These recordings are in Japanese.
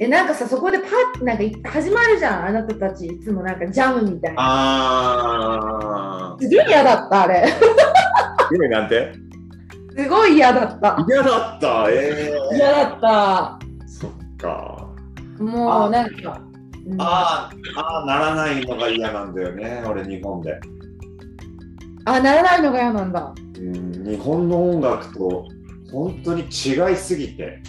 なんかさ、そこでパッなんか始まるじゃん、あなたたち。いつもなんかジャムみたいな。 あすごい嫌だった、あれ。 夢なんてすごい嫌だった。 嫌だった。 嫌だった。 そっか。 もうなんか、 ならないのが嫌なんだよね、俺、日本で。 ならないのが嫌なんだ。 日本の音楽と本当に違いすぎて。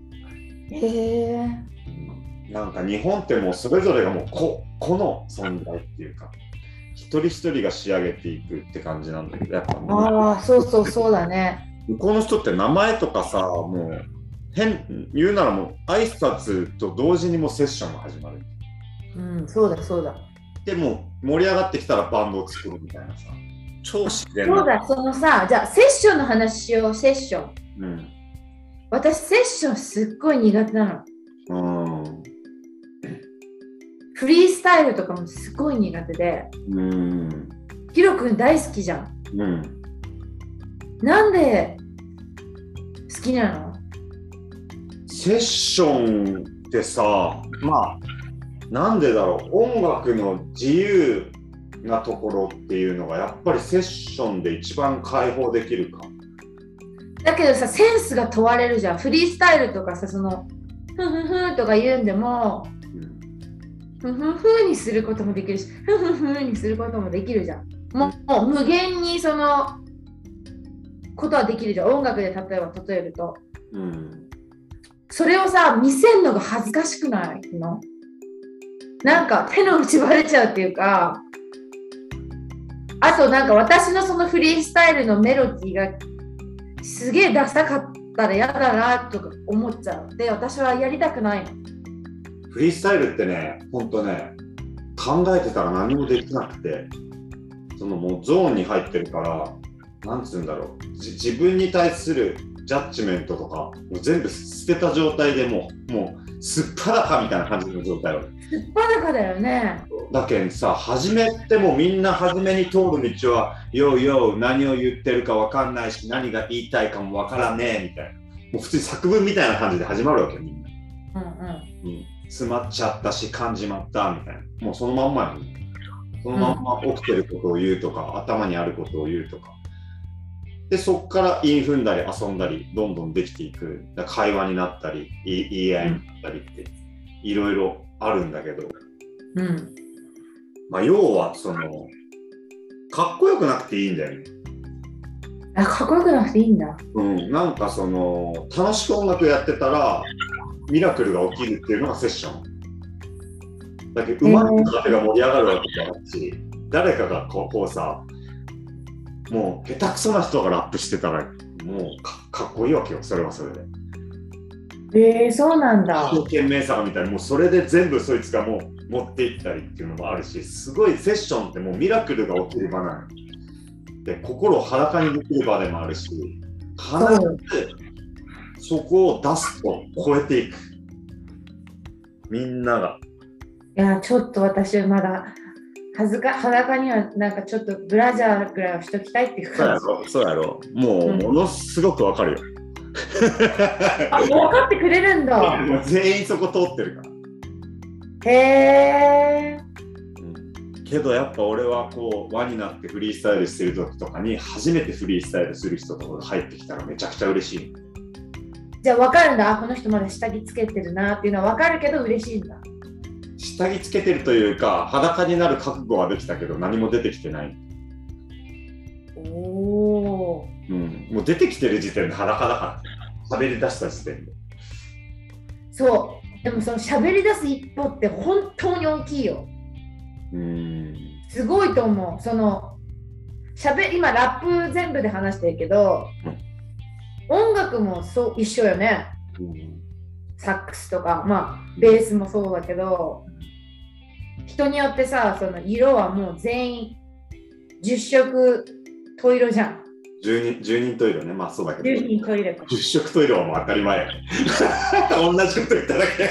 なんか日本ってもうそれぞれがもう個の存在っていうか、一人一人が仕上げていくって感じなんだけど、やっぱそうだね。 向こうの人って名前とかさ、もう言うならもう挨拶と同時にもうセッションが始まる。 そうだそうだ。 でも盛り上がってきたらバンドを作るみたいなさ、超自然な。 そうだ、そのさ、じゃあセッションの話しよう、セッション。私セッションすっごい苦手なの。フリースタイルとかもすごい苦手で。ヒロ君大好きじゃん。なんで好きなの？ セッションってさ、なんでだろう、音楽の自由なところっていうのがやっぱりセッションで一番解放できるか。 だけどさ、センスが問われるじゃん。フリースタイルとかさ、そのふふふとか言うんでも、ふふふにすることもできるし、ふふふにすることもできるじゃん。もう無限にそのことはできるじゃん。音楽で例えると。それをさ、見せるのが恥ずかしくないの？なんか手の内バレちゃうっていうか、あとなんか私のそのフリースタイルのメロディーがすげえダサかったら嫌だなとか思っちゃう。で、私はやりたくないの。 フリースタイルってね、ほんとね、考えてたら何もできなくて、そのもうゾーンに入ってるから、なんつうんだろう、自分に対するジャッジメントとかもう全部捨てた状態でもうすっぱだかみたいな感じの状態を。 すっぱだかだよね。 だけどさ、初めってもうみんな初めに通る道はヨーヨー何を言ってるか分かんないし何が言いたいかも分からねえみたいな、もう普通に作文みたいな感じで始まるわけよみんな。詰まっちゃったし感じまったみたいな、もうそのまんまにそのまんま起きてることを言うとか、頭にあることを言うとかで、そこから韻踏んだり遊んだりどんどんできていく。会話になったり言い合いになったりっていろいろあるんだけど、要はそのかっこよくなくていいんだよね。 かっこよくなくていいんだ。 なんかその楽しく音楽やってたらミラクルが起きるっていうのがセッションだけど、馬の風が盛り上がるわけじゃないし、誰かがこうさ、もう下手くそな人がラップしてたらもうかっこいいわけよ、それはそれで。 そうなんだ。 一生懸命さがみたいに、もうそれで全部そいつがもう持っていったりっていうのもあるし、すごいセッションってもうミラクルが起きる場なので、心を裸にできる場でもあるし、必ずそこを出すと超えていく、みんなが。 いや、ちょっと私はまだ裸にはなんかちょっとブラジャーぐらいはしときたいっていう感じ。 そうやろ。もうものすごくわかるよ。 分かってくれるんだ。 全員そこ通ってるから。けどやっぱ俺はこう輪になってフリースタイルしてる時とかに初めてフリースタイルする人とかが入ってきたらめちゃくちゃ嬉しい。 じゃあ分かるんだ。この人まだ下着つけてるなっていうのは分かるけど嬉しいんだ。 下着つけてるというか裸になる覚悟はできたけど何も出てきてない。もう出てきてる時点で裸だから喋り出した時点で。 そうでもその喋り出す一歩って本当に大きいよ。すごいと思う。その今ラップ全部で話してるけど、音楽も一緒よね。サックスとかベースもそうだけど、人によってさ、その色はもう全員10色十色じゃん。 10人十色ね。そうだけど。 10人十色。 10色十色はもう当たり前や。同じこと言っただけ。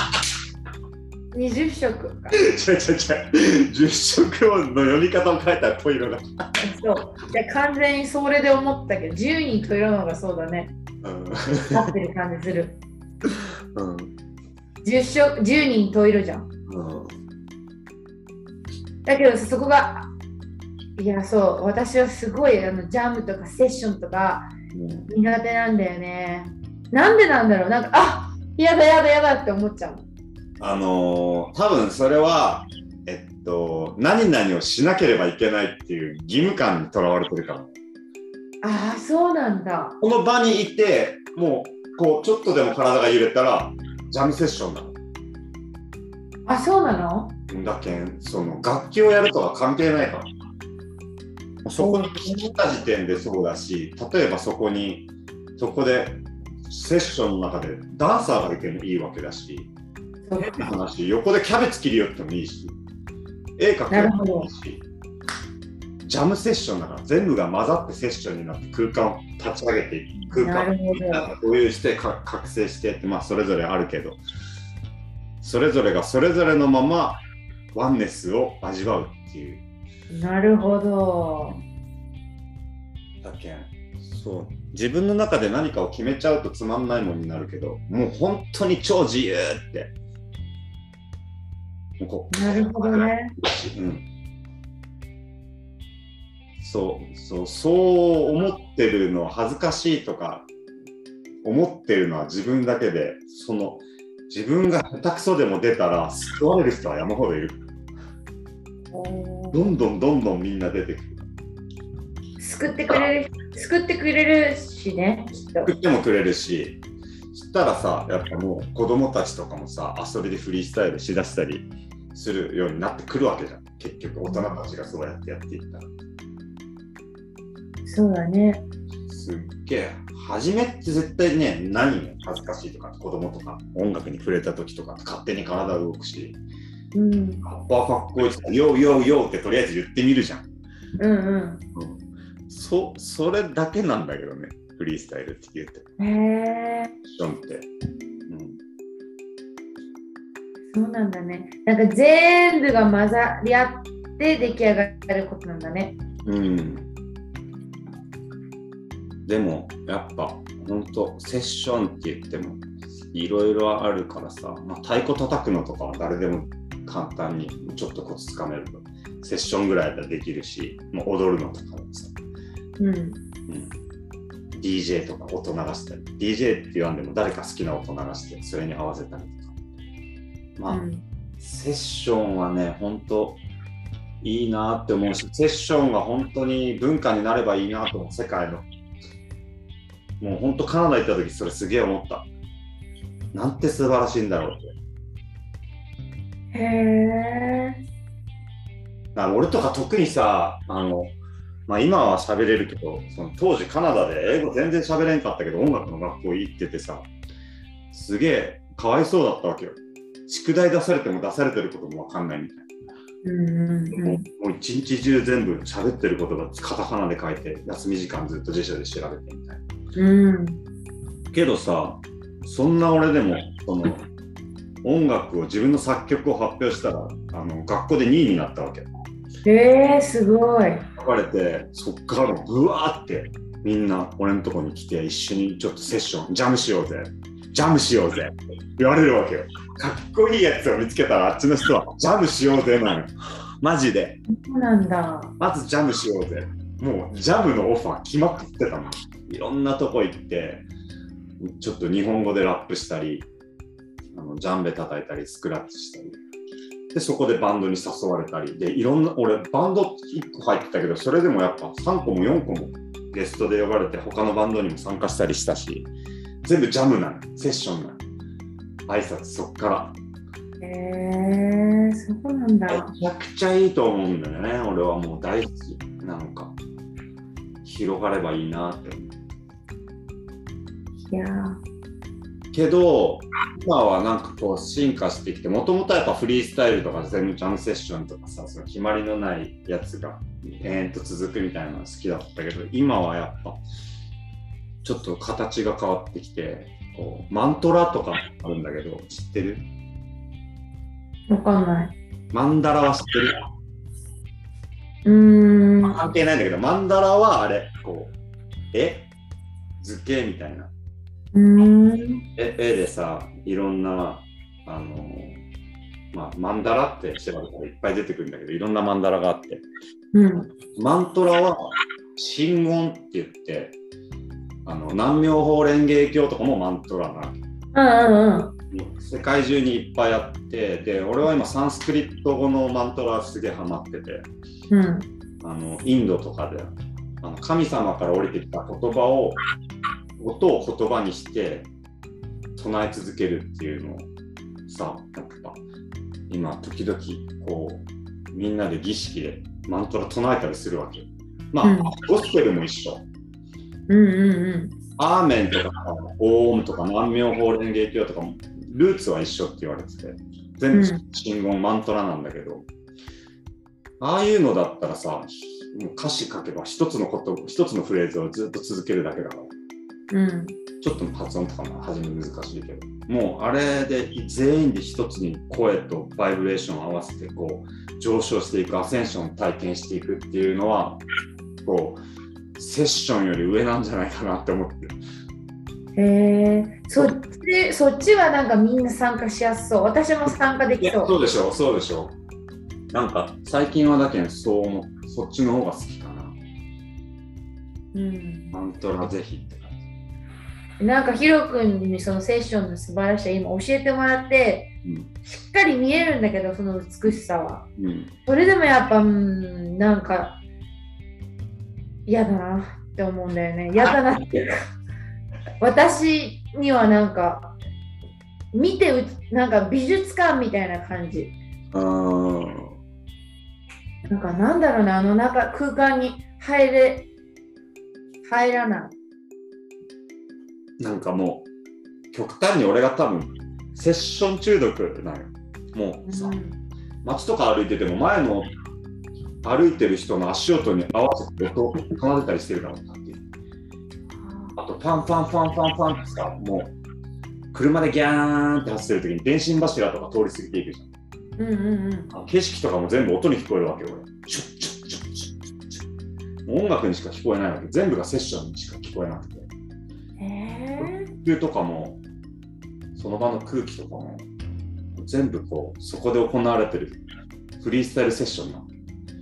20色か。 10色の読み方を変えたら十色だ。 そう。で完全にそれで思ったけど、10人十色の方がそうだね。合ってる感じする。 10人問いるじゃん。だけどさ、そこが、いや、そう、私はすごいジャムとかセッションとか苦手なんだよね。なんでなんだろう、なんか、やだやだやだって思っちゃう。 多分それは、何々をしなければいけないっていう義務感にとらわれてるから。 ああ、そうなんだ。 この場にいて、もう、こう、ちょっとでも体が揺れたら、ジャムセッションだ。 あ、そうなの？ だけん、その楽器をやるとは関係ないから。そこに来た時点でそうだし、例えばそこでセッションの中でダンサーがいてもいいわけだし、変な話、横でキャベツ切り寄ってもいいし、絵描くもいいし、ジャムセッションだから全部が混ざってセッションになって空間を立ち上げていく、空間を共有して覚醒してって、まあそれぞれあるけど、それぞれがそれぞれのままワンネスを味わうっていう。 なるほど。 だけん、そう、自分の中で何かを決めちゃうとつまんないものになるけど、もう本当に超自由って。 なるほどね。 うん。そう思ってるのは恥ずかしいとか思ってるのは自分だけで、自分が下手くそでも出たら救われる人は山ほどいる。どんどんみんな出てくる。 救ってくれるしね、きっと。 救ってもくれるし、そしたらさ、やっぱもう子供たちとかもさ、遊びでフリースタイルしだしたりするようになってくるわけじゃん。結局大人たちがそうやってやっていったら。 そうだね。 すっげえ。初めって絶対ね、何が恥ずかしいとか、子供とか音楽に触れた時とか勝手に体動くし、カッパーかっこいいとか、ヨーヨーヨーってとりあえず言ってみるじゃん。それだけなんだけどね、フリースタイルって言って。ションって。 そうなんだね。なんか全部が混ざり合って出来上がることなんだね。 でもやっぱ本当セッションって言ってもいろいろあるからさ、太鼓叩くのとかは誰でも簡単にちょっとコツつかめるとセッションぐらいだったらできるし、もう踊るのとかもさ、DJ とか音流したり、 DJ って言わんでも誰か好きな音流してそれに合わせたりとか、セッションはね本当いいなって思うし、セッションが本当に文化になればいいなと思う。世界のもう本当カナダ行った時それすげえ思った。なんて素晴らしいんだろうって。俺とか特にさ、今は喋れるけど、その当時カナダで英語全然喋れんかったけど音楽の学校行っててさ、すげえかわいそうだったわけよ。宿題出されても出されてることもわかんないみたいな。もう一日中全部喋ってることがカタカナで書いて、休み時間ずっと辞書で調べてみたいな。けどさ、そんな俺でもその音楽を自分の作曲を発表したら学校で2位になったわけ。 すごい。 書かれて、そっからブワーってみんな俺のとこに来て一緒にちょっとセッションジャムしようぜって言われるわけよ。かっこいいやつを見つけたらあっちの人はジャムしようぜなの。マジで。 そうなんだ。 まずジャムしようぜ。もうジャムのオファー決まってたの。いろんなとこ行ってちょっと日本語でラップしたり、ジャンベ叩いたりスクラッチしたりで、そこでバンドに誘われたりで、いろんな、俺バンド1個入ってたけど、それでもやっぱ3個も4個もゲストで呼ばれて他のバンドにも参加したりしたし、全部ジャムなの、セッションなの、挨拶そっから。 そうなんだ。 めちゃくちゃいいと思うんだよね。俺はもう大好き。なんか広がればいいなって思う。けど今はなんかこう進化してきて、もともとやっぱフリースタイルとか全部ジャムセッションとかさ、その決まりのないやつが延々と続くみたいなのが好きだったけど、今はやっぱちょっと形が変わってきて、こうマントラとかあるんだけど知ってる？ わかんない。 マンダラは知ってる？関係ないんだけど、マンダラはあれこう図形みたいな。絵でさ、いろんなマンダラって調べたらいっぱい出てくるんだけど、いろんなマンダラがあって、マントラは真言って言って、南妙法蓮華経とかもマントラな、世界中にいっぱいあって、で俺は今サンスクリット語のマントラすげえハマってて、インドとかで神様から降りてきた言葉を音を言葉にして唱え続けるっていうのをさ、やっぱ今時々こうみんなで儀式でマントラ唱えたりするわけ。ゴスペルも一緒。アーメンとかオームとか南妙法蓮華経とかもルーツは一緒って言われてて、全部真言マントラなんだけど、ああいうのだったらさ、もう歌詞書けば一つのフレーズをずっと続けるだけだから、ちょっとの発音とかも初め難しいけど、もうあれで全員で一つに声とバイブレーションを合わせてこう上昇していく、アセンションを体験していくっていうのはこうセッションより上なんじゃないかなって思ってる。 そっちはなんかみんな参加しやすそう。私も参加できそう。 そうでしょ、そうでしょ。なんか最近はだけどそっちの方が好きかな。マントラぜひって感じ。なんかヒロ君にそのセッションの素晴らしさ今教えてもらって、しっかり見えるんだけどその美しさは、それでもやっぱなんか嫌だなって思うんだよね。嫌だなっていうか私にはなんか見てなんか美術館みたいな感じ。なんかなんだろうね、空間に入らない。 なんかもう極端に俺が多分セッション中毒なのよ。もうさ、街とか歩いてても前の歩いてる人の足音に合わせて音を奏でたりしてるからって。あとパンパンパンパンパンってさ、もう車でギャーンって走ってる時に電信柱とか通り過ぎていくじゃん。景色とかも全部音に聞こえるわけよ。チュッチュッチュッチュッチュッ、音楽にしか聞こえないわけ。全部がセッションにしか聞こえなくて。呼吸とかもその場の空気とかも全部こうそこで行われてるフリースタイルセッションなの。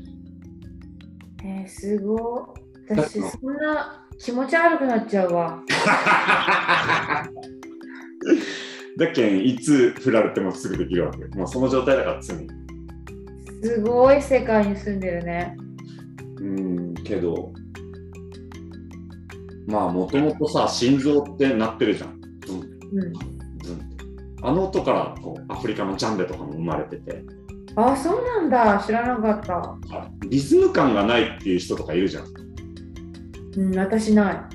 すごい。私そんな気持ち悪くなっちゃうわ。 だけんいつ振られてもすぐできるわけ。もうその状態だから常に。 すごい世界に住んでるね。 けどもともとさ心臓って鳴ってるじゃん。あの音からこうアフリカのジャンベとかも生まれてて。 あ、そうなんだ。知らなかった。 リズム感がないっていう人とかいるじゃん。 私ない。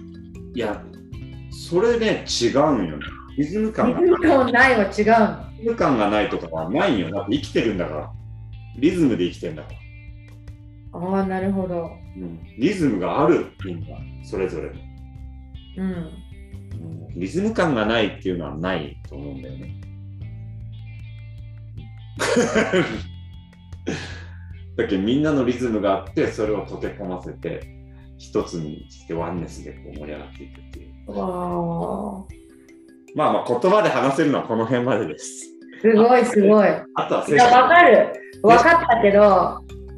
いや、それね違うんよね。リズム感がないは違う。リズム感がないとかはないよ。だって生きてるんだから。リズムで生きてるんだから。 なるほど。 リズムがあるみんなそれぞれの。リズム感がないっていうのはないと思うんだよね。だけどみんなのリズムがあってそれを溶け込ませて一つにしてワンネスでこう盛り上がっていくっていう。言葉で話せるのはこの辺までです。 すごいすごい。 あとは分かったけど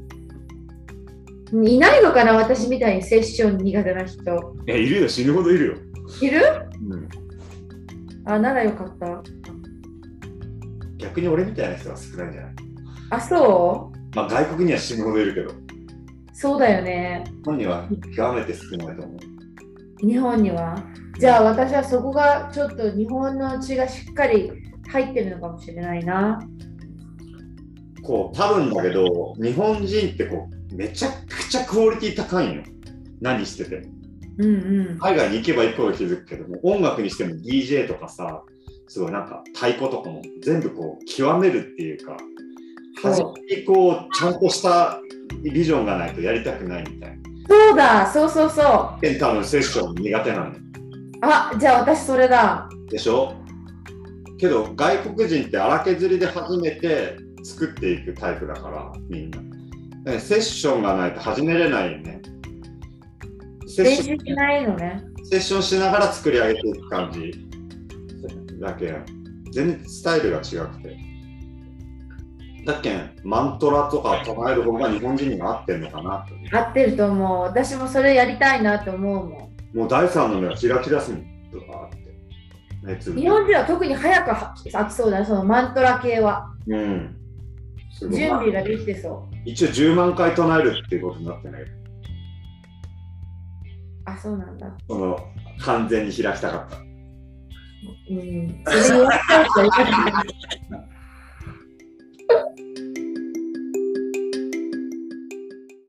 いないのかな、私みたいにセッション苦手な人。 いるよ、死ぬほどいるよ。 いる？ならよかった。 逆に俺みたいな人が少ないんじゃない？ そう？ 外国には死ぬほどいるけど。 そうだよね。 日本には極めて少ないと思う。 日本には？じゃあ私はそこがちょっと日本の血がしっかり入ってるのかもしれないな。 多分だけど日本人ってめちゃくちゃクオリティ高いんよ。何してても。海外に行けば行くほど気づくけども、音楽にしても DJ とかさ、すごいなんか太鼓とかも全部極めるっていうか、初めにちゃんとしたビジョンがないとやりたくないみたいな。 そうだ、そう。 多分セッション苦手なの。 じゃあ私それだ。 でしょ？けど外国人って荒削りで初めて作っていくタイプだからみんな。セッションがないと始めれないよね。 練習しないのね。 セッションしながら作り上げていく感じだけ。 全然スタイルが違くて。だっけん、マントラとか唱える方が日本人には合ってんのかなって。 合ってると思う。私もそれやりたいなと思うもん。 もう第三の目がキラキラすもんとかって。 日本人は特に早く飽きそうだね、そのマントラ系は。 うん。すごい準備ができてそう。 一応10万回唱えるっていうことになってない。 あ、そうなんだ。 その完全に開きたかった。 うん。それ言われちゃうと